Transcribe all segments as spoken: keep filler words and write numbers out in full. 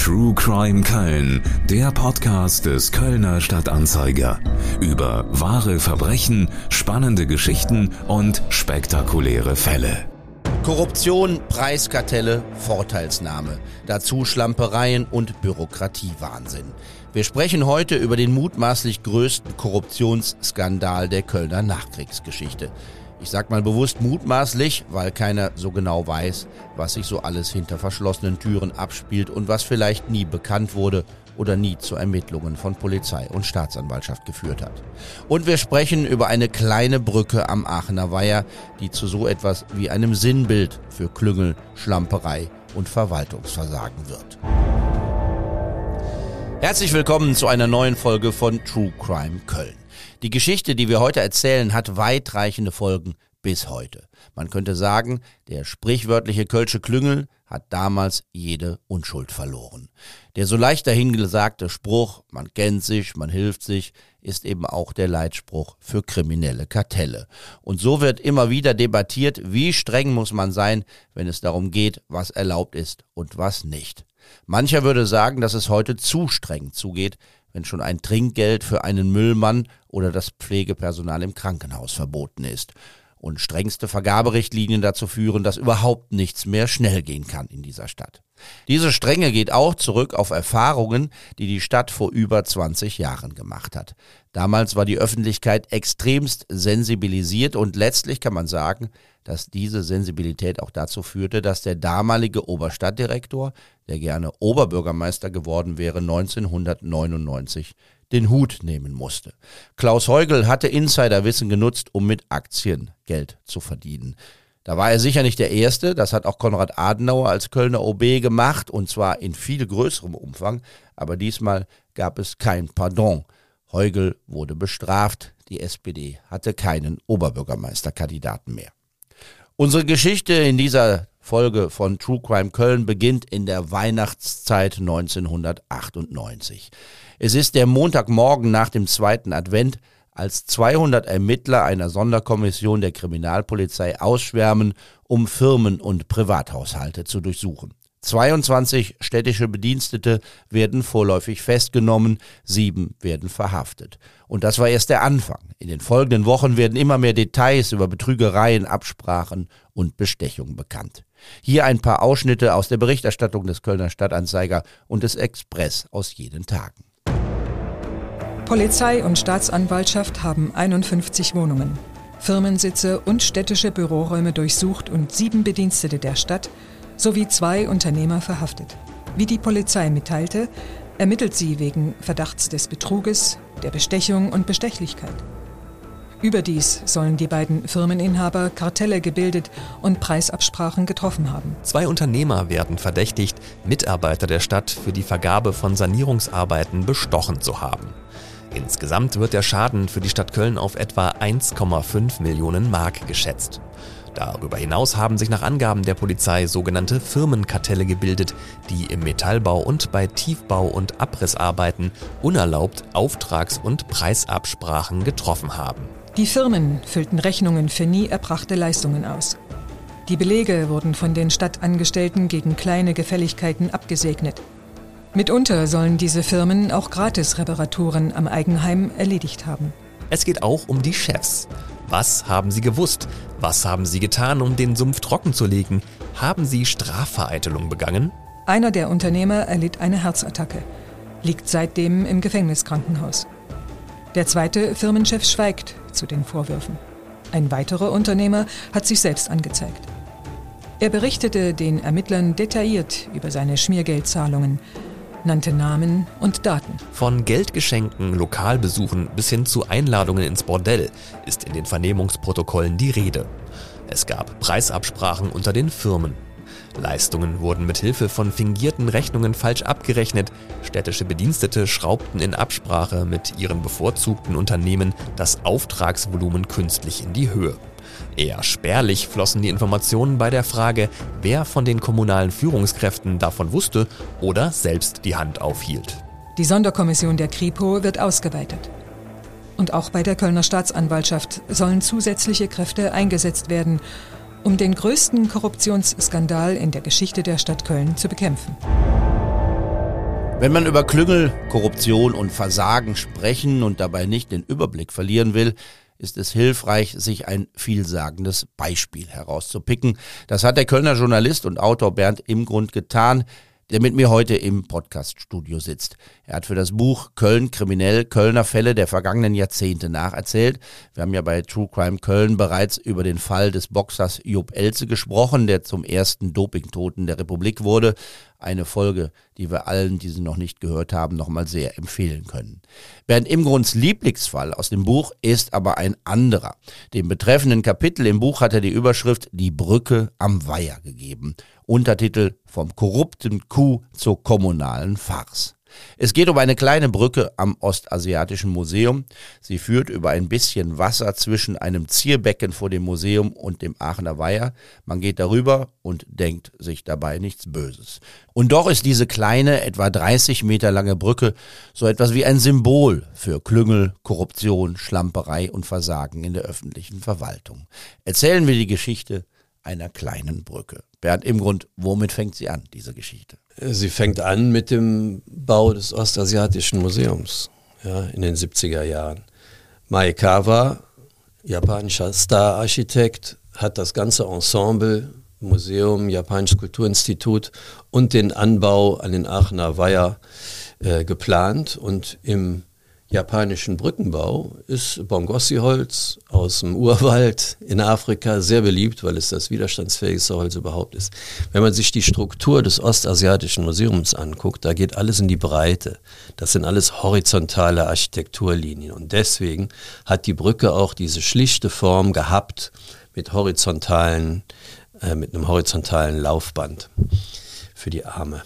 True Crime Köln, der Podcast des Kölner Stadtanzeiger. Über wahre Verbrechen, spannende Geschichten und spektakuläre Fälle. Korruption, Preiskartelle, Vorteilsnahme, dazu Schlampereien und Bürokratiewahnsinn. Wir sprechen heute über den mutmaßlich größten Korruptionsskandal der Kölner Nachkriegsgeschichte. Ich sag mal bewusst mutmaßlich, weil keiner so genau weiß, was sich so alles hinter verschlossenen Türen abspielt und was vielleicht nie bekannt wurde oder nie zu Ermittlungen von Polizei und Staatsanwaltschaft geführt hat. Und wir sprechen über eine kleine Brücke am Aachener Weiher, die zu so etwas wie einem Sinnbild für Klüngel, Schlamperei und Verwaltungsversagen wird. Herzlich willkommen zu einer neuen Folge von True Crime Köln. Die Geschichte, die wir heute erzählen, hat weitreichende Folgen bis heute. Man könnte sagen, der sprichwörtliche Kölsche Klüngel hat damals jede Unschuld verloren. Der so leicht dahingesagte Spruch, man kennt sich, man hilft sich, ist eben auch der Leitspruch für kriminelle Kartelle. Und so wird immer wieder debattiert, wie streng muss man sein, wenn es darum geht, was erlaubt ist und was nicht. Mancher würde sagen, dass es heute zu streng zugeht, wenn schon ein Trinkgeld für einen Müllmann oder das Pflegepersonal im Krankenhaus verboten ist und strengste Vergaberichtlinien dazu führen, dass überhaupt nichts mehr schnell gehen kann in dieser Stadt. Diese Strenge geht auch zurück auf Erfahrungen, die die Stadt vor über zwanzig Jahren gemacht hat. Damals war die Öffentlichkeit extremst sensibilisiert und letztlich kann man sagen, dass diese Sensibilität auch dazu führte, dass der damalige Oberstadtdirektor, der gerne Oberbürgermeister geworden wäre, neunzehnhundertneunundneunzig den Hut nehmen musste. Klaus Heugel hatte Insiderwissen genutzt, um mit Aktien Geld zu verdienen. Da war er sicher nicht der Erste, das hat auch Konrad Adenauer als Kölner O B gemacht und zwar in viel größerem Umfang, aber diesmal gab es kein Pardon. Heugel wurde bestraft, die S P D hatte keinen Oberbürgermeisterkandidaten mehr. Unsere Geschichte in dieser Folge von True Crime Köln beginnt in der Weihnachtszeit neunzehnhundertachtundneunzig. Es ist der Montagmorgen nach dem zweiten Advent, als zweihundert Ermittler einer Sonderkommission der Kriminalpolizei ausschwärmen, um Firmen und Privathaushalte zu durchsuchen. zweiundzwanzig städtische Bedienstete werden vorläufig festgenommen, sieben werden verhaftet. Und das war erst der Anfang. In den folgenden Wochen werden immer mehr Details über Betrügereien, Absprachen und Bestechungen bekannt. Hier ein paar Ausschnitte aus der Berichterstattung des Kölner Stadtanzeiger und des Express aus jenen Tagen. Polizei und Staatsanwaltschaft haben einundfünfzig Wohnungen, Firmensitze und städtische Büroräume durchsucht und sieben Bedienstete der Stadt sowie zwei Unternehmer verhaftet. Wie die Polizei mitteilte, ermittelt sie wegen Verdachts des Betruges, der Bestechung und Bestechlichkeit. Überdies sollen die beiden Firmeninhaber Kartelle gebildet und Preisabsprachen getroffen haben. Zwei Unternehmer werden verdächtigt, Mitarbeiter der Stadt für die Vergabe von Sanierungsarbeiten bestochen zu haben. Insgesamt wird der Schaden für die Stadt Köln auf etwa eins Komma fünf Millionen Mark geschätzt. Darüber hinaus haben sich nach Angaben der Polizei sogenannte Firmenkartelle gebildet, die im Metallbau und bei Tiefbau- und Abrissarbeiten unerlaubt Auftrags- und Preisabsprachen getroffen haben. Die Firmen füllten Rechnungen für nie erbrachte Leistungen aus. Die Belege wurden von den Stadtangestellten gegen kleine Gefälligkeiten abgesegnet. Mitunter sollen diese Firmen auch Gratis-Reparaturen am Eigenheim erledigt haben. Es geht auch um die Chefs. Was haben sie gewusst? Was haben sie getan, um den Sumpf trocken zu legen? Haben sie Strafvereitelung begangen? Einer der Unternehmer erlitt eine Herzattacke, liegt seitdem im Gefängniskrankenhaus. Der zweite Firmenchef schweigt zu den Vorwürfen. Ein weiterer Unternehmer hat sich selbst angezeigt. Er berichtete den Ermittlern detailliert über seine Schmiergeldzahlungen, nannte Namen und Daten. Von Geldgeschenken, Lokalbesuchen bis hin zu Einladungen ins Bordell ist in den Vernehmungsprotokollen die Rede. Es gab Preisabsprachen unter den Firmen. Leistungen wurden mit Hilfe von fingierten Rechnungen falsch abgerechnet. Städtische Bedienstete schraubten in Absprache mit ihren bevorzugten Unternehmen das Auftragsvolumen künstlich in die Höhe. Eher spärlich flossen die Informationen bei der Frage, wer von den kommunalen Führungskräften davon wusste oder selbst die Hand aufhielt. Die Sonderkommission der Kripo wird ausgeweitet. Und auch bei der Kölner Staatsanwaltschaft sollen zusätzliche Kräfte eingesetzt werden, um den größten Korruptionsskandal in der Geschichte der Stadt Köln zu bekämpfen. Wenn man über Klüngel, Korruption und Versagen sprechen und dabei nicht den Überblick verlieren will, ist es hilfreich, sich ein vielsagendes Beispiel herauszupicken. Das hat der Kölner Journalist und Autor Bernd Imgrund getan, der mit mir heute im Podcaststudio sitzt. Er hat für das Buch Köln kriminell Kölner Fälle der vergangenen Jahrzehnte nacherzählt. Wir haben ja bei True Crime Köln bereits über den Fall des Boxers Jupp Elze gesprochen, der zum ersten Dopingtoten der Republik wurde. Eine Folge, die wir allen, die sie noch nicht gehört haben, nochmal sehr empfehlen können. Bernd Imgrunds Lieblingsfall aus dem Buch ist aber ein anderer. Dem betreffenden Kapitel im Buch hat er die Überschrift Die Brücke am Weiher gegeben. Untertitel Vom korrupten Coup zur kommunalen Farce. Es geht um eine kleine Brücke am Ostasiatischen Museum. Sie führt über ein bisschen Wasser zwischen einem Zierbecken vor dem Museum und dem Aachener Weiher. Man geht darüber und denkt sich dabei nichts Böses. Und doch ist diese kleine, etwa dreißig Meter lange Brücke so etwas wie ein Symbol für Klüngel, Korruption, Schlamperei und Versagen in der öffentlichen Verwaltung. Erzählen wir die Geschichte einer kleinen Brücke. Bernd Imgrund, womit fängt sie an, diese Geschichte? Sie fängt an mit dem Bau des Ostasiatischen Museums, ja, in den siebziger Jahren. Maekawa, japanischer Star-Architekt, hat das ganze Ensemble, Museum, Japanisches Kulturinstitut und den Anbau an den Aachener Weiher äh, geplant. Und im japanischen Brückenbau ist Bongossi-Holz aus dem Urwald in Afrika sehr beliebt, weil es das widerstandsfähigste Holz überhaupt ist. Wenn man sich die Struktur des Ostasiatischen Museums anguckt, da geht alles in die Breite. Das sind alles horizontale Architekturlinien und deswegen hat die Brücke auch diese schlichte Form gehabt mit horizontalen, äh, mit einem horizontalen Laufband für die Arme.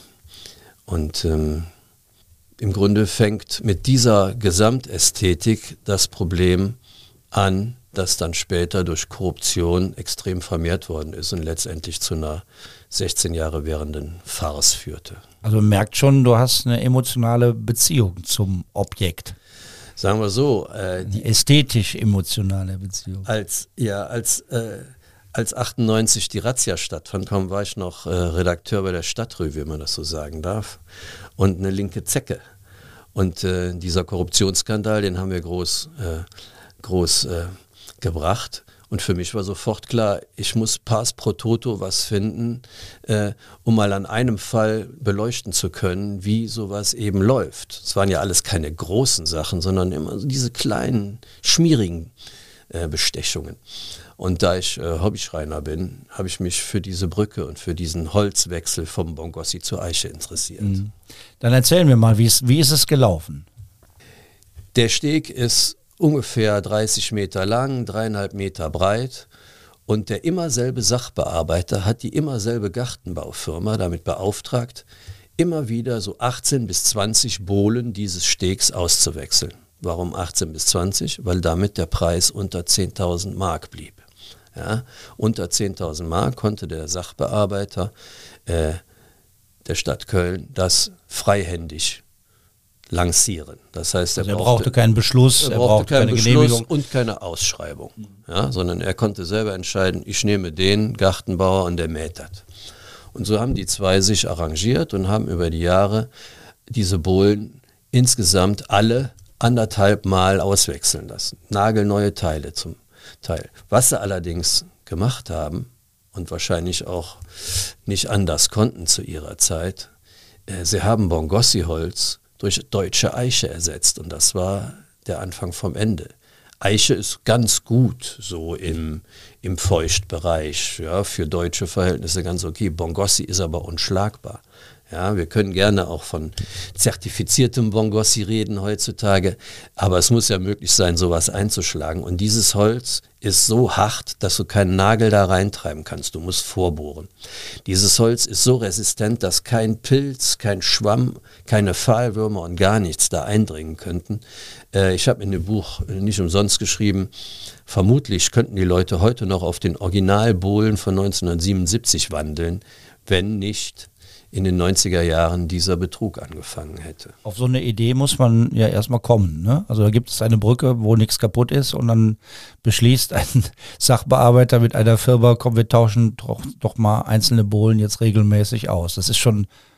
Und ähm, im Grunde fängt mit dieser Gesamtästhetik das Problem an, das dann später durch Korruption extrem vermehrt worden ist und letztendlich zu einer sechzehn Jahre währenden Farce führte. Also man merkt schon, du hast eine emotionale Beziehung zum Objekt. Sagen wir so. Äh, die ästhetisch-emotionale Beziehung. Als, ja, als, äh, als achtundneunzig die Razzia stattfand, war ich noch äh, Redakteur bei der Stadtrevue, wenn man das so sagen darf. Und eine linke Zecke. Und äh, dieser Korruptionsskandal, den haben wir groß, äh, groß äh, gebracht. Und für mich war sofort klar, ich muss pars pro toto was finden, äh, um mal an einem Fall beleuchten zu können, wie sowas eben läuft. Es waren ja alles keine großen Sachen, sondern immer so diese kleinen, schmierigen äh, Bestechungen. Und da ich äh, Hobbyschreiner bin, habe ich mich für diese Brücke und für diesen Holzwechsel vom Bongossi zur Eiche interessiert. Mhm. Dann erzählen wir mal, wie ist es gelaufen? Der Steg ist ungefähr dreißig Meter lang, dreieinhalb Meter breit und der immer selbe Sachbearbeiter hat die immer selbe Gartenbaufirma damit beauftragt, immer wieder so achtzehn bis zwanzig Bohlen dieses Stegs auszuwechseln. Warum achtzehn bis zwanzig? Weil damit der Preis unter zehntausend Mark blieb. Ja, unter zehntausend Mark konnte der Sachbearbeiter äh, der Stadt Köln das freihändig lancieren. Das heißt, er, also er brauchte, brauchte keinen Beschluss, er er brauchte, brauchte keinen keine Beschluss Genehmigung und keine Ausschreibung, ja, sondern er konnte selber entscheiden, ich nehme den Gartenbauer und der mäht das. Und so haben die zwei sich arrangiert und haben über die Jahre diese Bohlen insgesamt alle anderthalb Mal auswechseln lassen. Nagelneue Teile zum Teil. Was sie allerdings gemacht haben und wahrscheinlich auch nicht anders konnten zu ihrer Zeit, äh, sie haben Bongossi-Holz durch deutsche Eiche ersetzt und das war der Anfang vom Ende. Eiche ist ganz gut so im, im Feuchtbereich, ja, für deutsche Verhältnisse ganz okay. Bongossi ist aber unschlagbar. Ja, wir können gerne auch von zertifiziertem Bongossi reden heutzutage, aber es muss ja möglich sein, sowas einzuschlagen. Und dieses Holz ist so hart, dass du keinen Nagel da reintreiben kannst. Du musst vorbohren. Dieses Holz ist so resistent, dass kein Pilz, kein Schwamm, keine Pfahlwürmer und gar nichts da eindringen könnten. Äh, ich habe in dem Buch nicht umsonst geschrieben, vermutlich könnten die Leute heute noch auf den Originalbohlen von neunzehnhundertsiebenundsiebzig wandeln, wenn nicht in den neunziger Jahren dieser Betrug angefangen hätte. Auf so eine Idee muss man ja erstmal kommen, ne? Also da gibt es eine Brücke, wo nichts kaputt ist und dann beschließt ein Sachbearbeiter mit einer Firma, komm, wir tauschen doch, doch mal einzelne Bohlen jetzt regelmäßig aus. Das ist schon,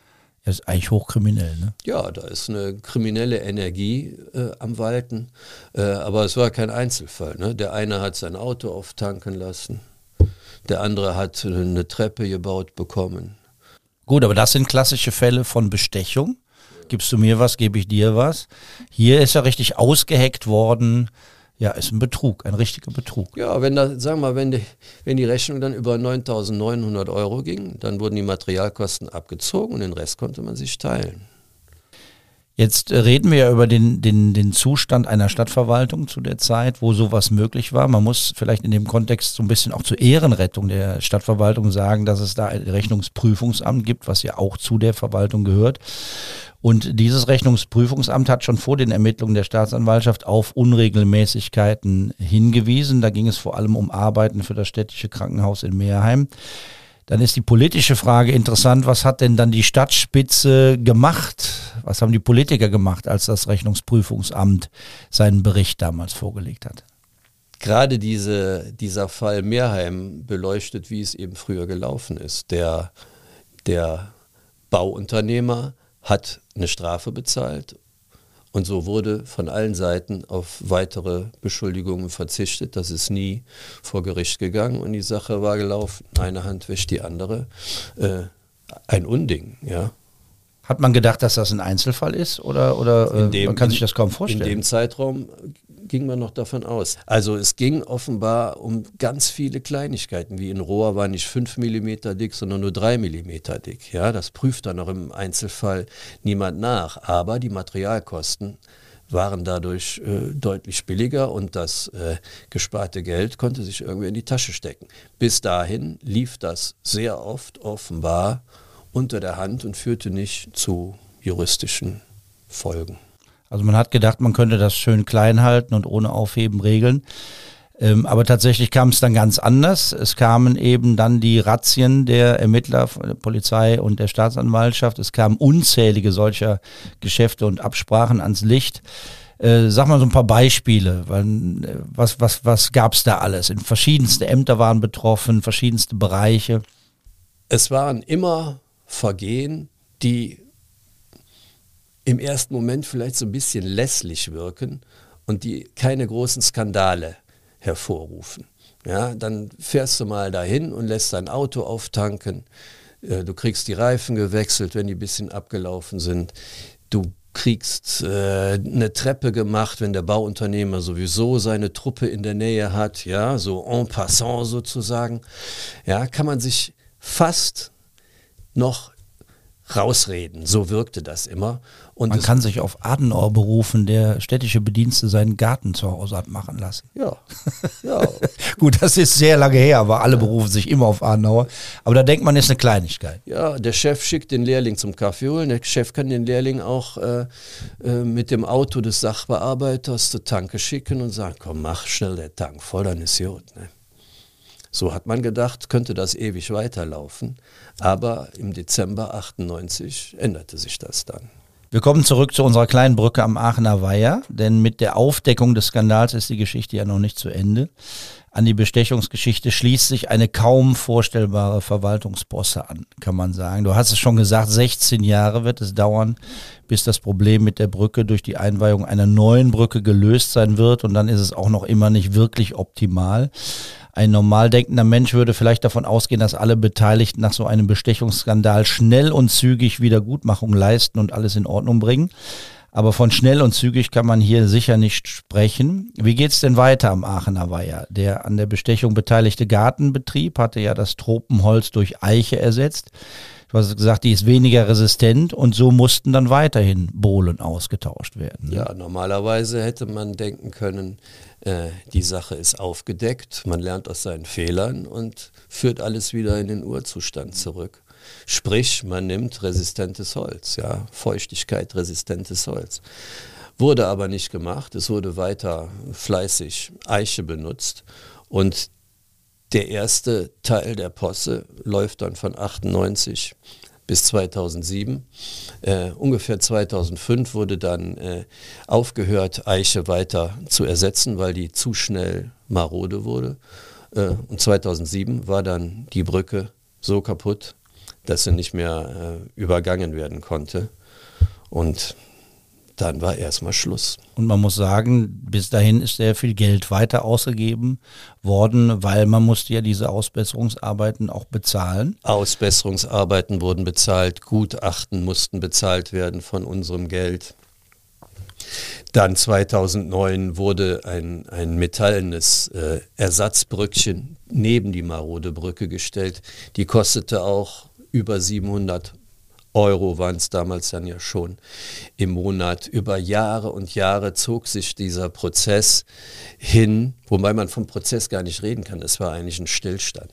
Das ist eigentlich hochkriminell, ne? Ja, da ist eine kriminelle Energie äh, am Walten, äh, aber es war kein Einzelfall. Ne? Der eine hat sein Auto auftanken lassen, der andere hat eine Treppe gebaut bekommen. Gut, aber das sind klassische Fälle von Bestechung. Gibst du mir was, gebe ich dir was. Hier ist ja richtig ausgeheckt worden. Ja, ist ein Betrug, ein richtiger Betrug. Ja, wenn da, sagen wir mal, wenn die, wenn die Rechnung dann über neuntausendneunhundert Euro ging, dann wurden die Materialkosten abgezogen und den Rest konnte man sich teilen. Jetzt reden wir ja über den, den, den Zustand einer Stadtverwaltung zu der Zeit, wo sowas möglich war. Man muss vielleicht in dem Kontext so ein bisschen auch zur Ehrenrettung der Stadtverwaltung sagen, dass es da ein Rechnungsprüfungsamt gibt, was ja auch zu der Verwaltung gehört. Und dieses Rechnungsprüfungsamt hat schon vor den Ermittlungen der Staatsanwaltschaft auf Unregelmäßigkeiten hingewiesen. Da ging es vor allem um Arbeiten für das städtische Krankenhaus in Meerheim. Dann ist die politische Frage interessant, was hat denn dann die Stadtspitze gemacht? Was haben die Politiker gemacht, als das Rechnungsprüfungsamt seinen Bericht damals vorgelegt hat? Gerade diese, dieser Fall Meerheim beleuchtet, wie es eben früher gelaufen ist. Der, der Bauunternehmer hat eine Strafe bezahlt und so wurde von allen Seiten auf weitere Beschuldigungen verzichtet. Das ist nie vor Gericht gegangen und die Sache war gelaufen. Eine Hand wäscht die andere. Äh, ein Unding, ja. Hat man gedacht, dass das ein Einzelfall ist oder, oder äh, dem, man kann sich das kaum vorstellen? In dem Zeitraum ging man noch davon aus. Also es ging offenbar um ganz viele Kleinigkeiten, wie ein Rohr war nicht fünf Millimeter dick, sondern nur drei Millimeter dick. Ja, das prüft dann auch im Einzelfall niemand nach. Aber die Materialkosten waren dadurch äh, deutlich billiger und das äh, gesparte Geld konnte sich irgendwie in die Tasche stecken. Bis dahin lief das sehr oft offenbar unter der Hand und führte nicht zu juristischen Folgen. Also man hat gedacht, man könnte das schön klein halten und ohne Aufheben regeln. Ähm, aber tatsächlich kam es dann ganz anders. Es kamen eben dann die Razzien der Ermittler, der Polizei und der Staatsanwaltschaft. Es kamen unzählige solcher Geschäfte und Absprachen ans Licht. Äh, sag mal so ein paar Beispiele. Was, was, was gab es da alles? In verschiedenste Ämter waren betroffen, verschiedenste Bereiche. Es waren immer Vergehen, die im ersten Moment vielleicht so ein bisschen lässlich wirken und die keine großen Skandale hervorrufen. Ja, dann fährst du mal dahin und lässt dein Auto auftanken. Du kriegst die Reifen gewechselt, wenn die ein bisschen abgelaufen sind. Du kriegst äh, eine Treppe gemacht, wenn der Bauunternehmer sowieso seine Truppe in der Nähe hat, ja, so en passant sozusagen. Ja, kann man sich fast noch rausreden. So wirkte das immer. Und man kann sich auf Adenauer berufen, der städtische Bedienste seinen Garten zu Hause hat machen lassen. Ja, ja. Gut, das ist sehr lange her, aber alle berufen sich immer auf Adenauer. Aber da denkt man, ist eine Kleinigkeit. Ja, der Chef schickt den Lehrling zum Kaffee holen. Der Chef kann den Lehrling auch äh, äh, mit dem Auto des Sachbearbeiters zur Tanke schicken und sagen, komm, mach schnell der Tank voll, dann ist gut. Ne? So hat man gedacht, könnte das ewig weiterlaufen. Aber im Dezember achtundneunzig änderte sich das dann. Wir kommen zurück zu unserer kleinen Brücke am Aachener Weiher, denn mit der Aufdeckung des Skandals ist die Geschichte ja noch nicht zu Ende. An die Bestechungsgeschichte schließt sich eine kaum vorstellbare Verwaltungsposse an, kann man sagen. Du hast es schon gesagt, sechzehn Jahre wird es dauern, bis das Problem mit der Brücke durch die Einweihung einer neuen Brücke gelöst sein wird und dann ist es auch noch immer nicht wirklich optimal. Ein normal denkender Mensch würde vielleicht davon ausgehen, dass alle Beteiligten nach so einem Bestechungsskandal schnell und zügig Wiedergutmachung leisten und alles in Ordnung bringen. Aber von schnell und zügig kann man hier sicher nicht sprechen. Wie geht's denn weiter am Aachener Weiher? Der an der Bestechung beteiligte Gartenbetrieb hatte ja das Tropenholz durch Eiche ersetzt. Du hast gesagt, die ist weniger resistent und so mussten dann weiterhin Bohlen ausgetauscht werden. Ja, normalerweise hätte man denken können, äh, die Sache ist aufgedeckt, man lernt aus seinen Fehlern und führt alles wieder in den Urzustand zurück. Sprich, man nimmt resistentes Holz, ja, Feuchtigkeit resistentes Holz. Wurde aber nicht gemacht, es wurde weiter fleißig Eiche benutzt und der erste Teil der Posse läuft dann von achtundneunzig bis zweitausendsieben. Äh, ungefähr zweitausendfünf wurde dann äh, aufgehört, Eiche weiter zu ersetzen, weil die zu schnell marode wurde. Äh, und zweitausendsieben war dann die Brücke so kaputt, dass sie nicht mehr äh, übergangen werden konnte. Und dann war erstmal Schluss. Und man muss sagen, bis dahin ist sehr viel Geld weiter ausgegeben worden, weil man musste ja diese Ausbesserungsarbeiten auch bezahlen. Ausbesserungsarbeiten wurden bezahlt, Gutachten mussten bezahlt werden von unserem Geld. Dann zweitausendneun wurde ein, ein metallenes äh, Ersatzbrückchen neben die marode Brücke gestellt. Die kostete auch über siebenhundert Euro, waren es damals dann ja schon im Monat. Über Jahre und Jahre zog sich dieser Prozess hin, wobei man vom Prozess gar nicht reden kann. Es war eigentlich ein Stillstand.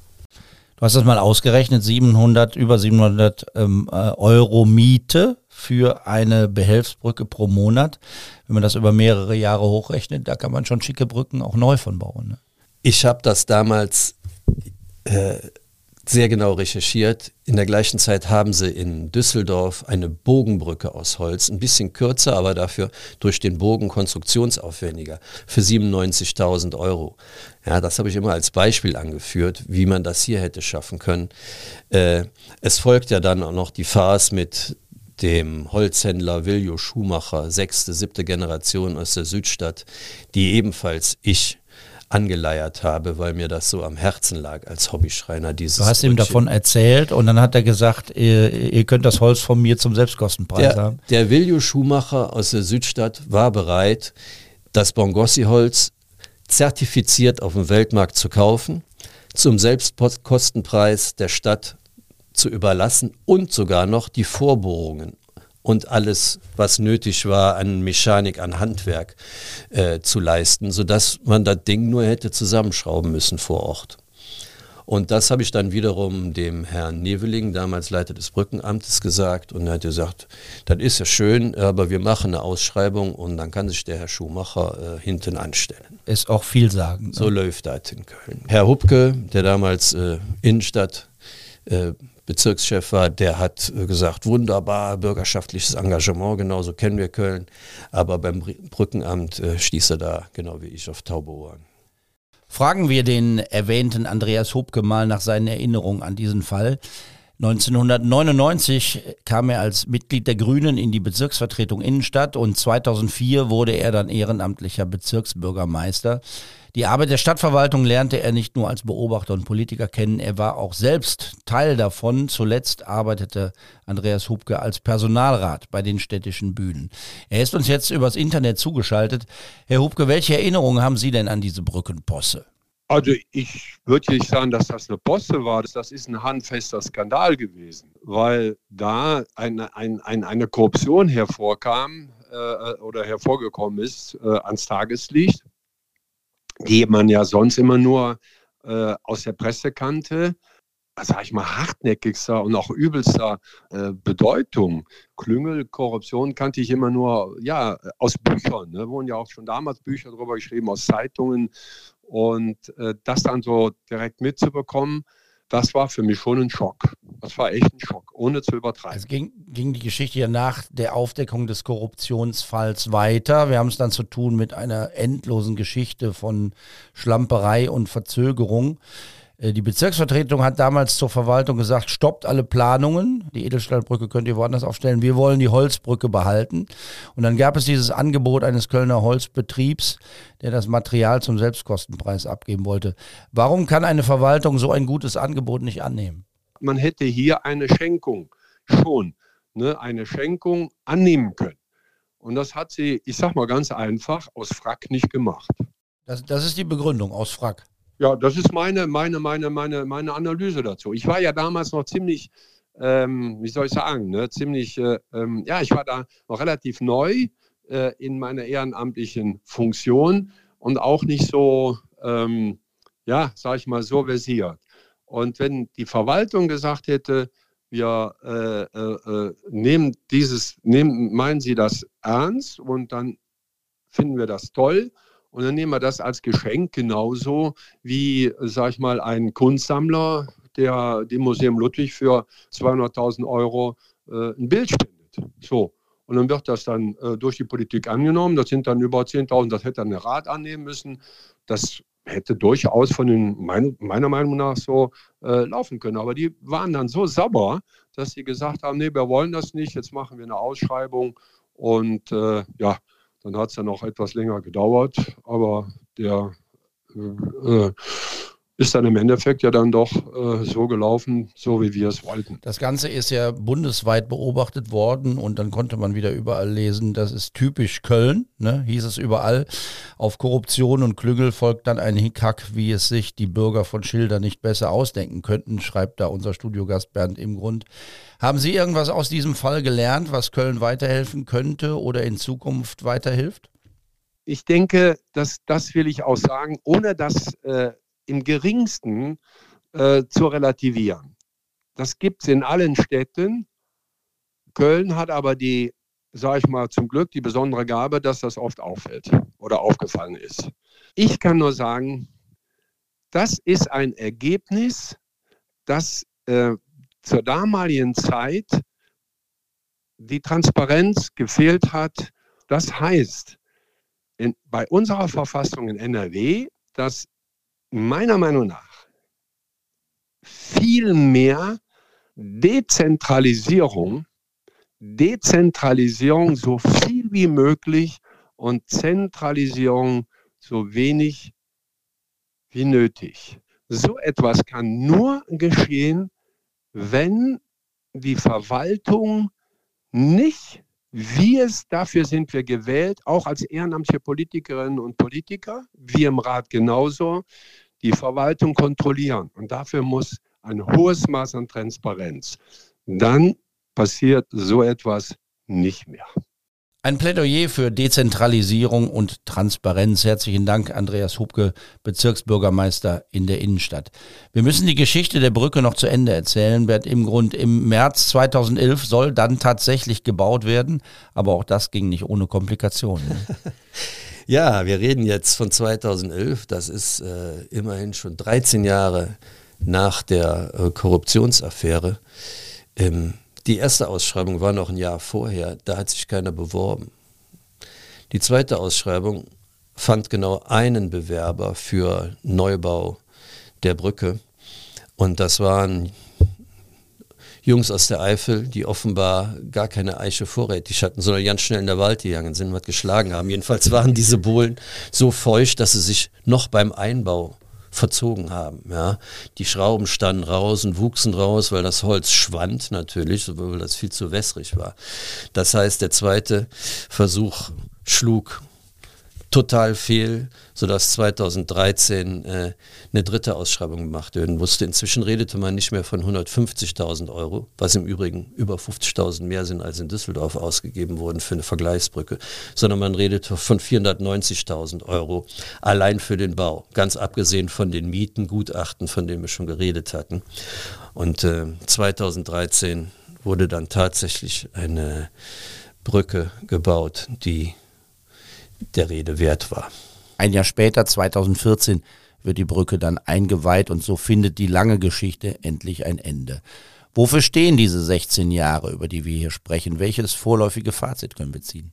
Du hast das mal ausgerechnet, siebenhundert, über siebenhundert ähm, äh, Euro Miete für eine Behelfsbrücke pro Monat. Wenn man das über mehrere Jahre hochrechnet, da kann man schon schicke Brücken auch neu von bauen. Ne? Ich habe das damals äh, sehr genau recherchiert. In der gleichen Zeit haben sie in Düsseldorf eine Bogenbrücke aus Holz, ein bisschen kürzer, aber dafür durch den Bogen konstruktionsaufwendiger, für siebenundneunzigtausend Euro. Ja, das habe ich immer als Beispiel angeführt, wie man das hier hätte schaffen können. Äh, es folgt ja dann auch noch die Farce mit dem Holzhändler Viljo Schumacher, sechste, siebte Generation aus der Südstadt, die ebenfalls ich angeleiert habe, weil mir das so am Herzen lag als Hobbyschreiner. Dieses du hast ihm davon erzählt und dann hat er gesagt, ihr, ihr könnt das Holz von mir zum Selbstkostenpreis der, haben. Der Viljo Schumacher aus der Südstadt war bereit, das Bongossi-Holz zertifiziert auf dem Weltmarkt zu kaufen, zum Selbstkostenpreis der Stadt zu überlassen und sogar noch die Vorbohrungen und alles, was nötig war an Mechanik, an Handwerk äh, zu leisten, sodass man das Ding nur hätte zusammenschrauben müssen vor Ort. Und das habe ich dann wiederum dem Herrn Neveling, damals Leiter des Brückenamtes, gesagt und er hat gesagt, das ist ja schön, aber wir machen eine Ausschreibung und dann kann sich der Herr Schumacher äh, hinten anstellen. Ist auch vielsagend. Ne? So läuft das in Köln. Herr Hupke, der damals äh, Innenstadt äh, Bezirkschef war, der hat gesagt, wunderbar, bürgerschaftliches Engagement, genauso kennen wir Köln, aber beim Brückenamt äh, stieß er da, genau wie ich, auf taube Ohren. Fragen wir den erwähnten Andreas Hupke mal nach seinen Erinnerungen an diesen Fall. neunzehnhundertneunundneunzig kam er als Mitglied der Grünen in die Bezirksvertretung Innenstadt und zweitausendvier wurde er dann ehrenamtlicher Bezirksbürgermeister. Die Arbeit der Stadtverwaltung lernte er nicht nur als Beobachter und Politiker kennen, er war auch selbst Teil davon. Zuletzt arbeitete Andreas Hupke als Personalrat bei den städtischen Bühnen. Er ist uns jetzt übers Internet zugeschaltet. Herr Hupke, welche Erinnerungen haben Sie denn an diese Brückenposse? Also ich würde nicht sagen, dass das eine Posse war. Das ist ein handfester Skandal gewesen, weil da eine, ein, ein, eine Korruption hervorkam äh, oder hervorgekommen ist äh, ans Tageslicht, die man ja sonst immer nur äh, aus der Presse kannte. Sag ich mal, hartnäckigster und auch übelster äh, Bedeutung. Klüngel, Korruption kannte ich immer nur ja, aus Büchern. Ne? Wurden ja auch schon damals Bücher darüber geschrieben, aus Zeitungen. Und äh, das dann so direkt mitzubekommen, das war für mich schon ein Schock. Das war echt ein Schock, ohne zu übertreiben. Also ging, ging die Geschichte ja nach der Aufdeckung des Korruptionsfalls weiter. Wir haben es dann zu tun mit einer endlosen Geschichte von Schlamperei und Verzögerung. Die Bezirksvertretung hat damals zur Verwaltung gesagt, stoppt alle Planungen, die Edelstahlbrücke könnt ihr woanders aufstellen, wir wollen die Holzbrücke behalten. Und dann gab es dieses Angebot eines Kölner Holzbetriebs, der das Material zum Selbstkostenpreis abgeben wollte. Warum kann eine Verwaltung so ein gutes Angebot nicht annehmen? Man hätte hier eine Schenkung schon, ne, eine Schenkung annehmen können. Und das hat sie, ich sag mal ganz einfach, aus Frack nicht gemacht. Das, das ist die Begründung, aus Frack. Ja, das ist meine, meine, meine, meine, meine Analyse dazu. Ich war ja damals noch ziemlich, ähm, wie soll ich sagen, ne, ziemlich, äh, ähm, ja, ich war da noch relativ neu äh, in meiner ehrenamtlichen Funktion und auch nicht so, ähm, ja, sag ich mal, so versiert. Und wenn die Verwaltung gesagt hätte, wir äh, äh, nehmen dieses, nehmen, meinen Sie das ernst und dann finden wir das toll, und dann nehmen wir das als Geschenk genauso wie, sag ich mal, ein Kunstsammler, der dem Museum Ludwig für zweihunderttausend Euro äh, ein Bild spendet. So. Und dann wird das dann äh, durch die Politik angenommen. Das sind dann über zehntausend, das hätte dann der Rat annehmen müssen. Das hätte durchaus von den, mein, meiner Meinung nach so äh, laufen können. Aber die waren dann so sauber, dass sie gesagt haben, nee, wir wollen das nicht, jetzt machen wir eine Ausschreibung. Und äh, ja, dann hat es dann noch etwas länger gedauert, aber der äh, ist dann im Endeffekt ja dann doch äh, so gelaufen, so wie wir es wollten. Das Ganze ist ja bundesweit beobachtet worden und dann konnte man wieder überall lesen, das ist typisch Köln, ne, hieß es überall. Auf Korruption und Klüngel folgt dann ein Hickhack, wie es sich die Bürger von Schilder nicht besser ausdenken könnten, schreibt da unser Studiogast Bernd Imgrund. Haben Sie irgendwas aus diesem Fall gelernt, was Köln weiterhelfen könnte oder in Zukunft weiterhilft? Ich denke, dass, das will ich auch sagen, ohne dass äh, im geringsten äh, zu relativieren. Das gibt es in allen Städten. Köln hat aber die, sage ich mal, zum Glück die besondere Gabe, dass das oft auffällt oder aufgefallen ist. Ich kann nur sagen, das ist ein Ergebnis, das äh, zur damaligen Zeit die Transparenz gefehlt hat. Das heißt, in, bei unserer Verfassung in N R W, dass meiner Meinung nach viel mehr Dezentralisierung, Dezentralisierung so viel wie möglich und Zentralisierung so wenig wie nötig. So etwas kann nur geschehen, wenn die Verwaltung nicht, wie es, dafür sind wir gewählt, auch als ehrenamtliche Politikerinnen und Politiker, wir im Rat genauso, die Verwaltung kontrollieren. Und dafür muss ein hohes Maß an Transparenz. Dann passiert so etwas nicht mehr. Ein Plädoyer für Dezentralisierung und Transparenz. Herzlichen Dank, Andreas Hubke, Bezirksbürgermeister in der Innenstadt. Wir müssen die Geschichte der Brücke noch zu Ende erzählen. Bert Imgrund, im März zweitausendelf soll dann tatsächlich gebaut werden, aber auch das ging nicht ohne Komplikationen. Ja, wir reden jetzt von zweitausendelf, das ist äh, immerhin schon dreizehn Jahre nach der äh, Korruptionsaffäre. Ähm, die erste Ausschreibung war noch ein Jahr vorher, da hat sich keiner beworben. Die zweite Ausschreibung fand genau einen Bewerber für Neubau der Brücke und das waren Jungs aus der Eifel, die offenbar gar keine Eiche vorrätig hatten, sondern ganz schnell in der Wald gegangen sind und was geschlagen haben. Jedenfalls waren diese Bohlen so feucht, dass sie sich noch beim Einbau verzogen haben. Ja. Die Schrauben standen raus und wuchsen raus, weil das Holz schwand natürlich, weil das viel zu wässrig war. Das heißt, der zweite Versuch schlug total fehl, sodass zweitausenddreizehn äh, eine dritte Ausschreibung gemacht werden musste. Inzwischen redete man nicht mehr von hundertfünfzigtausend Euro, was im Übrigen über fünfzigtausend mehr sind, als in Düsseldorf ausgegeben wurden für eine Vergleichsbrücke, sondern man redete von vierhundertneunzigtausend Euro allein für den Bau, ganz abgesehen von den Mieten, Gutachten, von denen wir schon geredet hatten. Und äh, zweitausenddreizehn wurde dann tatsächlich eine Brücke gebaut, die der Rede wert war. Ein Jahr später, zweitausendvierzehn, wird die Brücke dann eingeweiht und so findet die lange Geschichte endlich ein Ende. Wofür stehen diese sechzehn Jahre, über die wir hier sprechen? Welches vorläufige Fazit können wir ziehen?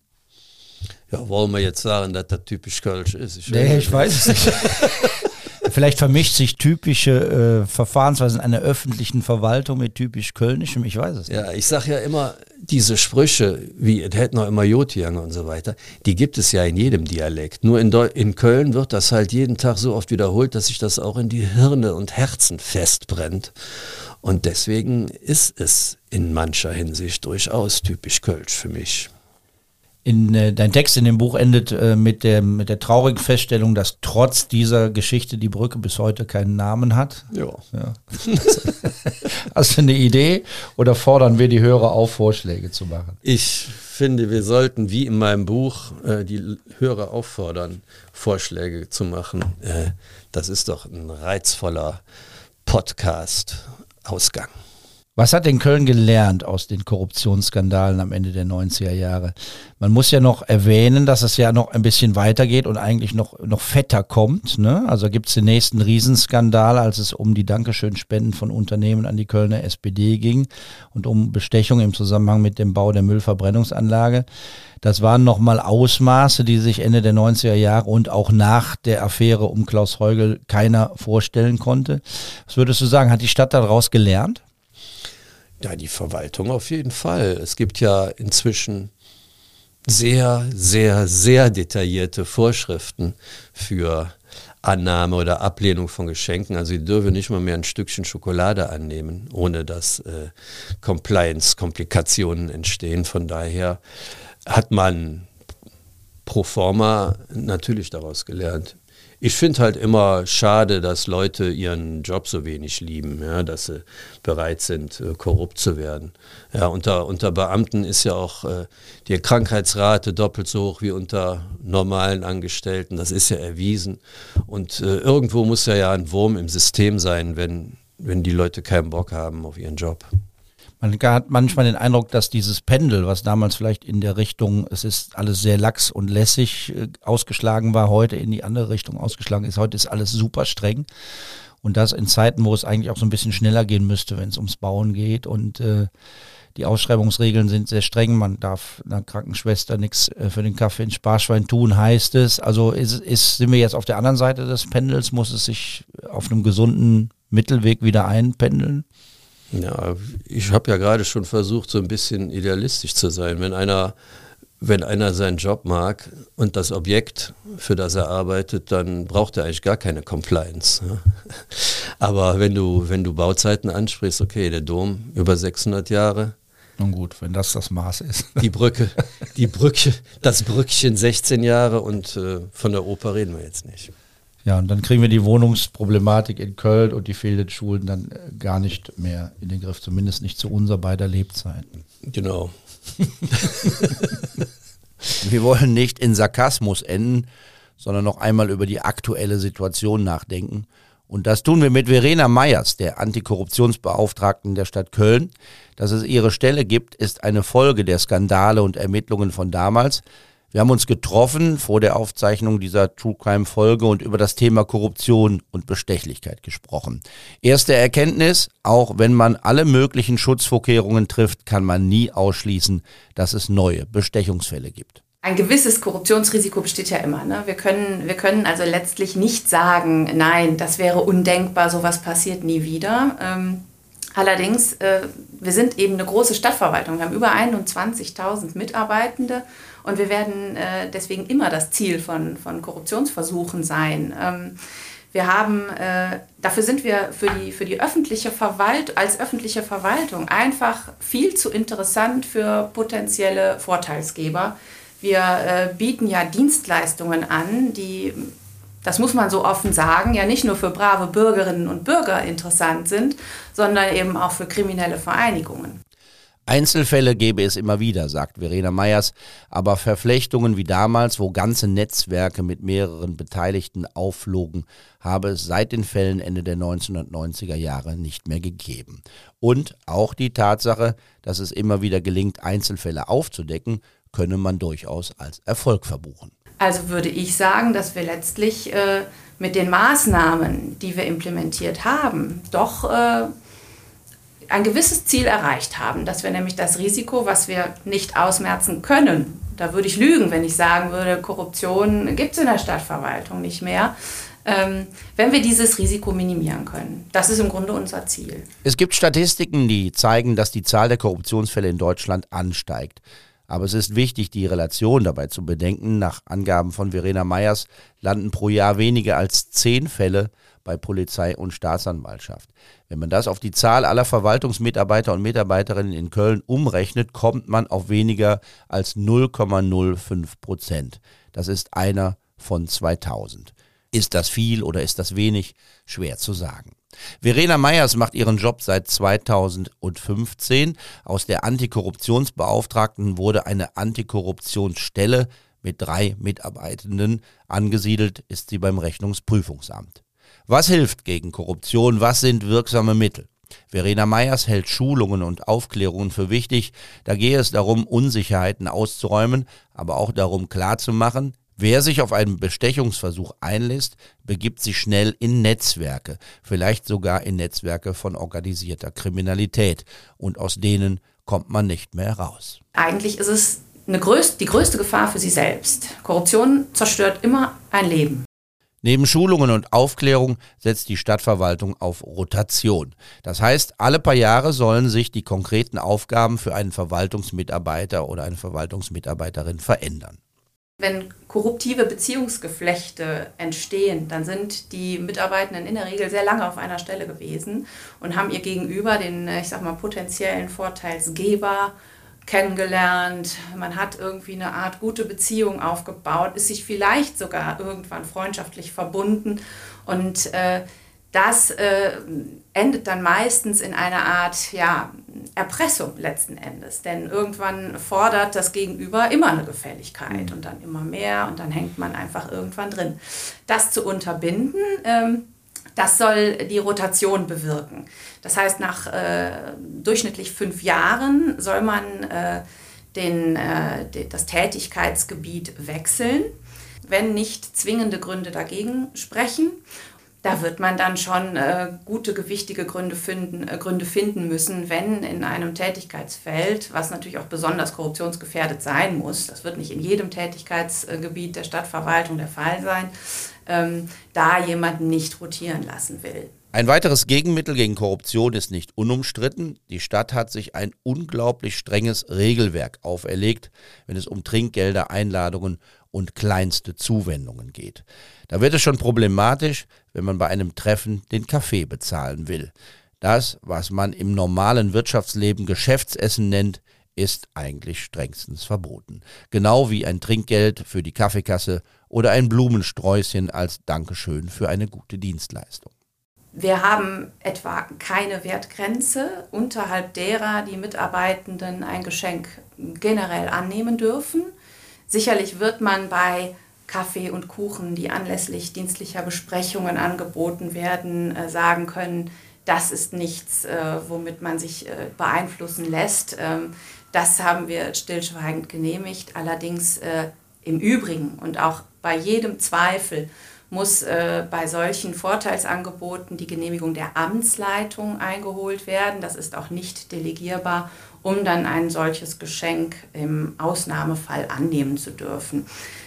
Ja, wollen wir jetzt sagen, dass das typisch Kölsch ist? Ich nee, ich weiß es nicht. Vielleicht vermischt sich typische äh, Verfahrensweisen einer öffentlichen Verwaltung mit typisch Kölnischem, ich weiß es nicht. Ja, ich sage ja immer, diese Sprüche, wie es hätte noch immer Jotjange und so weiter, die gibt es ja in jedem Dialekt. Nur in, Deu- in Köln wird das halt jeden Tag so oft wiederholt, dass sich das auch in die Hirne und Herzen festbrennt. Und deswegen ist es in mancher Hinsicht durchaus typisch Kölsch für mich. In, äh, dein Text in dem Buch endet äh, mit, der, mit der traurigen Feststellung, dass trotz dieser Geschichte die Brücke bis heute keinen Namen hat. Ja. ja. Hast du eine Idee oder fordern wir die Hörer auf, Vorschläge zu machen? Ich finde, wir sollten wie in meinem Buch äh, die Hörer auffordern, Vorschläge zu machen. Äh, das ist doch ein reizvoller Podcast-Ausgang. Was hat denn Köln gelernt aus den Korruptionsskandalen am Ende der neunziger Jahre? Man muss ja noch erwähnen, dass es ja noch ein bisschen weitergeht und eigentlich noch, noch fetter kommt, ne? Also gibt es den nächsten Riesenskandal, als es um die Dankeschön-Spenden von Unternehmen an die Kölner S P D ging und um Bestechung im Zusammenhang mit dem Bau der Müllverbrennungsanlage. Das waren nochmal Ausmaße, die sich Ende der neunziger Jahre und auch nach der Affäre um Klaus Heugel keiner vorstellen konnte. Was würdest du sagen, hat die Stadt daraus gelernt? Ja, die Verwaltung auf jeden Fall. Es gibt ja inzwischen sehr, sehr, sehr detaillierte Vorschriften für Annahme oder Ablehnung von Geschenken. Also sie dürfen nicht mal mehr ein Stückchen Schokolade annehmen, ohne dass äh, Compliance-Komplikationen entstehen. Von daher hat man pro forma natürlich daraus gelernt. Ich finde halt immer schade, dass Leute ihren Job so wenig lieben, ja, dass sie bereit sind, äh, korrupt zu werden. Ja, unter, unter Beamten ist ja auch äh, die Krankheitsrate doppelt so hoch wie unter normalen Angestellten. Das ist ja erwiesen. Und äh, irgendwo muss ja, ja ein Wurm im System sein, wenn, wenn die Leute keinen Bock haben auf ihren Job. Man hat manchmal den Eindruck, dass dieses Pendel, was damals vielleicht in der Richtung, es ist alles sehr lax und lässig äh, ausgeschlagen war, heute in die andere Richtung ausgeschlagen ist. Heute ist alles super streng. Und das in Zeiten, wo es eigentlich auch so ein bisschen schneller gehen müsste, wenn es ums Bauen geht. Und äh, die Ausschreibungsregeln sind sehr streng. Man darf einer Krankenschwester nichts äh, für den Kaffee ins Sparschwein tun, heißt es. Also ist, ist, sind wir jetzt auf der anderen Seite des Pendels? Muss es sich auf einem gesunden Mittelweg wieder einpendeln? Ja, ich habe ja gerade schon versucht, so ein bisschen idealistisch zu sein. Wenn einer, wenn einer seinen Job mag und das Objekt, für das er arbeitet, dann braucht er eigentlich gar keine Compliance. Ja. Aber wenn du, wenn du Bauzeiten ansprichst, okay, der Dom über sechshundert Jahre. Nun gut, wenn das das Maß ist. Die Brücke, die Brücke, das Brückchen sechzehn Jahre und äh, von der Oper reden wir jetzt nicht. Ja, und dann kriegen wir die Wohnungsproblematik in Köln und die fehlenden Schulen dann gar nicht mehr in den Griff, zumindest nicht zu unser beider Lebzeiten. Genau. Wir wollen nicht in Sarkasmus enden, sondern noch einmal über die aktuelle Situation nachdenken. Und das tun wir mit Verena Meyers, der Antikorruptionsbeauftragten der Stadt Köln. Dass es ihre Stelle gibt, ist eine Folge der Skandale und Ermittlungen von damals. Wir haben uns getroffen vor der Aufzeichnung dieser True Crime Folge und über das Thema Korruption und Bestechlichkeit gesprochen. Erste Erkenntnis: Auch wenn man alle möglichen Schutzvorkehrungen trifft, kann man nie ausschließen, dass es neue Bestechungsfälle gibt. Ein gewisses Korruptionsrisiko besteht ja immer. Ne? Wir können, wir können also letztlich nicht sagen, nein, das wäre undenkbar, sowas passiert nie wieder. Ähm, allerdings, äh, wir sind eben eine große Stadtverwaltung. Wir haben über einundzwanzigtausend Mitarbeitende. Und wir werden äh, deswegen immer das Ziel von, von Korruptionsversuchen sein. Ähm, wir haben, äh, dafür sind wir für die, für die öffentliche Verwaltung, als öffentliche Verwaltung einfach viel zu interessant für potenzielle Vorteilsgeber. Wir äh, bieten ja Dienstleistungen an, die, das muss man so offen sagen, ja nicht nur für brave Bürgerinnen und Bürger interessant sind, sondern eben auch für kriminelle Vereinigungen. Einzelfälle gäbe es immer wieder, sagt Verena Meyers, aber Verflechtungen wie damals, wo ganze Netzwerke mit mehreren Beteiligten aufflogen, habe es seit den Fällen Ende der neunzehnhundertneunziger Jahre nicht mehr gegeben. Und auch die Tatsache, dass es immer wieder gelingt, Einzelfälle aufzudecken, könne man durchaus als Erfolg verbuchen. Also würde ich sagen, dass wir letztlich äh, mit den Maßnahmen, die wir implementiert haben, doch äh, ein gewisses Ziel erreicht haben, dass wir nämlich das Risiko, was wir nicht ausmerzen können, da würde ich lügen, wenn ich sagen würde, Korruption gibt es in der Stadtverwaltung nicht mehr, ähm, wenn wir dieses Risiko minimieren können. Das ist im Grunde unser Ziel. Es gibt Statistiken, die zeigen, dass die Zahl der Korruptionsfälle in Deutschland ansteigt. Aber es ist wichtig, die Relation dabei zu bedenken. Nach Angaben von Verena Meyers landen pro Jahr weniger als zehn Fälle bei Polizei und Staatsanwaltschaft. Wenn man das auf die Zahl aller Verwaltungsmitarbeiter und Mitarbeiterinnen in Köln umrechnet, kommt man auf weniger als null Komma null fünf Prozent. Das ist einer von zweitausend. Ist das viel oder ist das wenig? Schwer zu sagen. Verena Meyers macht ihren Job seit zweitausendfünfzehn. Aus der Antikorruptionsbeauftragten wurde eine Antikorruptionsstelle mit drei Mitarbeitenden. Angesiedelt ist sie beim Rechnungsprüfungsamt. Was hilft gegen Korruption? Was sind wirksame Mittel? Verena Meyers hält Schulungen und Aufklärungen für wichtig. Da gehe es darum, Unsicherheiten auszuräumen, aber auch darum klarzumachen, wer sich auf einen Bestechungsversuch einlässt, begibt sich schnell in Netzwerke, vielleicht sogar in Netzwerke von organisierter Kriminalität. Und aus denen kommt man nicht mehr raus. Eigentlich ist es eine größ- die größte Gefahr für sie selbst. Korruption zerstört immer ein Leben. Neben Schulungen und Aufklärung setzt die Stadtverwaltung auf Rotation. Das heißt, alle paar Jahre sollen sich die konkreten Aufgaben für einen Verwaltungsmitarbeiter oder eine Verwaltungsmitarbeiterin verändern. Wenn korruptive Beziehungsgeflechte entstehen, dann sind die Mitarbeitenden in der Regel sehr lange auf einer Stelle gewesen und haben ihr Gegenüber, den, ich sag mal, potenziellen Vorteilsgeber, kennengelernt. Man hat irgendwie eine Art gute Beziehung aufgebaut, ist sich vielleicht sogar irgendwann freundschaftlich verbunden und äh, das äh, endet dann meistens in einer Art ja, Erpressung letzten Endes. Denn irgendwann fordert das Gegenüber immer eine Gefälligkeit und dann immer mehr und dann hängt man einfach irgendwann drin. Das zu unterbinden, ähm, das soll die Rotation bewirken. Das heißt, nach äh, durchschnittlich fünf Jahren soll man äh, den, äh, de, das Tätigkeitsgebiet wechseln, wenn nicht zwingende Gründe dagegen sprechen. Da wird man dann schon äh, gute, gewichtige Gründe finden, äh, Gründe finden müssen, wenn in einem Tätigkeitsfeld, was natürlich auch besonders korruptionsgefährdet sein muss, das wird nicht in jedem Tätigkeitsgebiet der Stadtverwaltung der Fall sein, ähm, da jemanden nicht rotieren lassen will. Ein weiteres Gegenmittel gegen Korruption ist nicht unumstritten. Die Stadt hat sich ein unglaublich strenges Regelwerk auferlegt, wenn es um Trinkgelder, Einladungen und kleinste Zuwendungen geht. Da wird es schon problematisch, wenn man bei einem Treffen den Kaffee bezahlen will. Das, was man im normalen Wirtschaftsleben Geschäftsessen nennt, ist eigentlich strengstens verboten. Genau wie ein Trinkgeld für die Kaffeekasse oder ein Blumensträußchen als Dankeschön für eine gute Dienstleistung. Wir haben etwa keine Wertgrenze, unterhalb derer die Mitarbeitenden ein Geschenk generell annehmen dürfen. Sicherlich wird man bei Kaffee und Kuchen, die anlässlich dienstlicher Besprechungen angeboten werden, sagen können, das ist nichts, womit man sich beeinflussen lässt. Das haben wir stillschweigend genehmigt. Allerdings im Übrigen und auch bei jedem Zweifel muss äh, bei solchen Vorteilsangeboten die Genehmigung der Amtsleitung eingeholt werden. Das ist auch nicht delegierbar, um dann ein solches Geschenk im Ausnahmefall annehmen zu dürfen.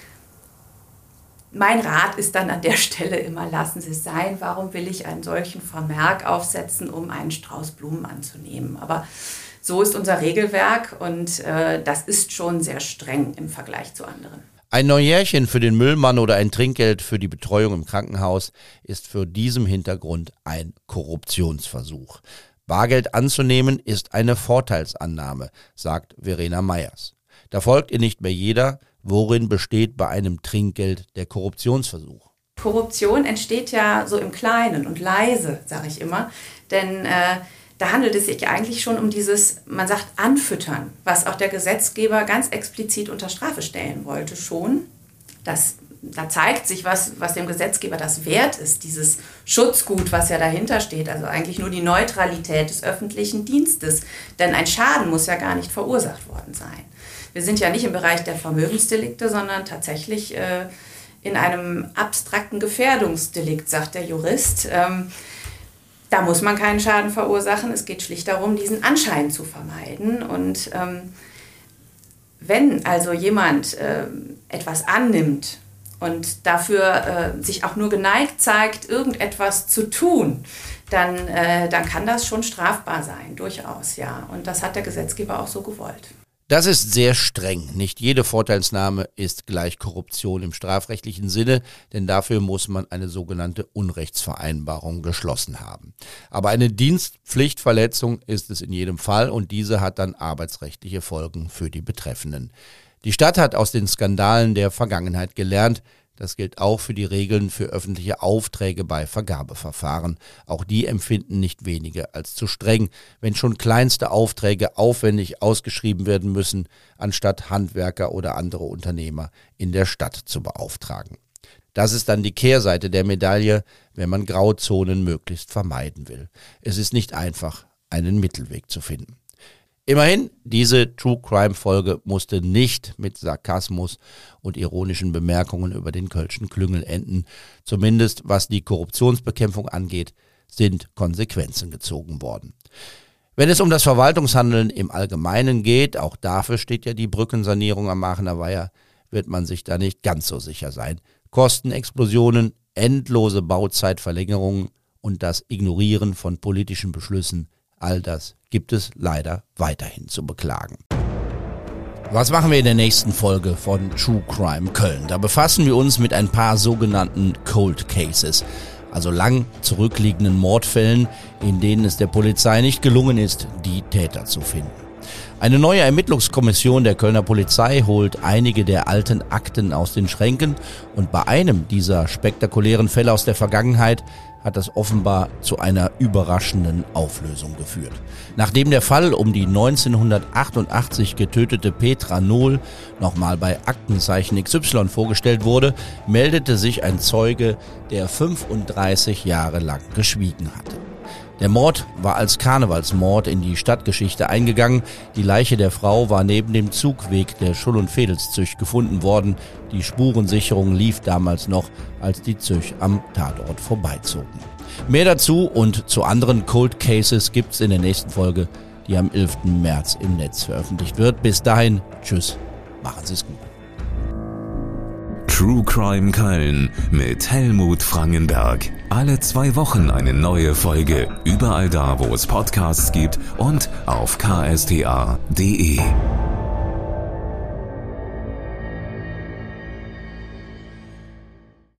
Mein Rat ist dann an der Stelle immer, lassen Sie es sein. Warum will ich einen solchen Vermerk aufsetzen, um einen Strauß Blumen anzunehmen? Aber so ist unser Regelwerk und äh, das ist schon sehr streng im Vergleich zu anderen. Ein Neujährchen für den Müllmann oder ein Trinkgeld für die Betreuung im Krankenhaus ist vor diesem Hintergrund ein Korruptionsversuch. Bargeld anzunehmen ist eine Vorteilsannahme, sagt Verena Meyers. Da folgt ihr nicht mehr jeder, worin besteht bei einem Trinkgeld der Korruptionsversuch. Korruption entsteht ja so im Kleinen und leise, sage ich immer, denn äh, da handelt es sich eigentlich schon um dieses, man sagt, Anfüttern, was auch der Gesetzgeber ganz explizit unter Strafe stellen wollte schon. Das, da zeigt sich, was, was dem Gesetzgeber das wert ist, dieses Schutzgut, was ja dahinter steht, also eigentlich nur die Neutralität des öffentlichen Dienstes. Denn ein Schaden muss ja gar nicht verursacht worden sein. Wir sind ja nicht im Bereich der Vermögensdelikte, sondern tatsächlich äh, in einem abstrakten Gefährdungsdelikt, sagt der Jurist. Ähm, Da muss man keinen Schaden verursachen. Es geht schlicht darum, diesen Anschein zu vermeiden. Und ähm, wenn also jemand äh, etwas annimmt und dafür äh, sich auch nur geneigt zeigt, irgendetwas zu tun, dann, äh, dann kann das schon strafbar sein, durchaus, ja. Und das hat der Gesetzgeber auch so gewollt. Das ist sehr streng. Nicht jede Vorteilsnahme ist gleich Korruption im strafrechtlichen Sinne, denn dafür muss man eine sogenannte Unrechtsvereinbarung geschlossen haben. Aber eine Dienstpflichtverletzung ist es in jedem Fall und diese hat dann arbeitsrechtliche Folgen für die Betreffenden. Die Stadt hat aus den Skandalen der Vergangenheit gelernt. Das gilt auch für die Regeln für öffentliche Aufträge bei Vergabeverfahren. Auch die empfinden nicht wenige als zu streng, wenn schon kleinste Aufträge aufwendig ausgeschrieben werden müssen, anstatt Handwerker oder andere Unternehmer in der Stadt zu beauftragen. Das ist dann die Kehrseite der Medaille, wenn man Grauzonen möglichst vermeiden will. Es ist nicht einfach, einen Mittelweg zu finden. Immerhin, diese True-Crime-Folge musste nicht mit Sarkasmus und ironischen Bemerkungen über den Kölschen Klüngel enden. Zumindest was die Korruptionsbekämpfung angeht, sind Konsequenzen gezogen worden. Wenn es um das Verwaltungshandeln im Allgemeinen geht, auch dafür steht ja die Brückensanierung am Aachener Weiher, wird man sich da nicht ganz so sicher sein. Kostenexplosionen, endlose Bauzeitverlängerungen und das Ignorieren von politischen Beschlüssen, all das gibt es leider weiterhin zu beklagen. Was machen wir in der nächsten Folge von True Crime Köln? Da befassen wir uns mit ein paar sogenannten Cold Cases, also lang zurückliegenden Mordfällen, in denen es der Polizei nicht gelungen ist, die Täter zu finden. Eine neue Ermittlungskommission der Kölner Polizei holt einige der alten Akten aus den Schränken und bei einem dieser spektakulären Fälle aus der Vergangenheit hat das offenbar zu einer überraschenden Auflösung geführt. Nachdem der Fall um die neunzehnhundertachtundachtzig getötete Petra Nohl nochmal bei Aktenzeichen X Y vorgestellt wurde, meldete sich ein Zeuge, der fünfunddreißig Jahre lang geschwiegen hatte. Der Mord war als Karnevalsmord in die Stadtgeschichte eingegangen. Die Leiche der Frau war neben dem Zugweg der Schull- und Vedelszüch gefunden worden. Die Spurensicherung lief damals noch, als die Züch am Tatort vorbeizogen. Mehr dazu und zu anderen Cold Cases gibt's in der nächsten Folge, die am elften März im Netz veröffentlicht wird. Bis dahin, tschüss, machen Sie's gut. True Crime Köln mit Helmut Frangenberg. Alle zwei Wochen eine neue Folge. Überall da, wo es Podcasts gibt und auf k s t a punkt d e.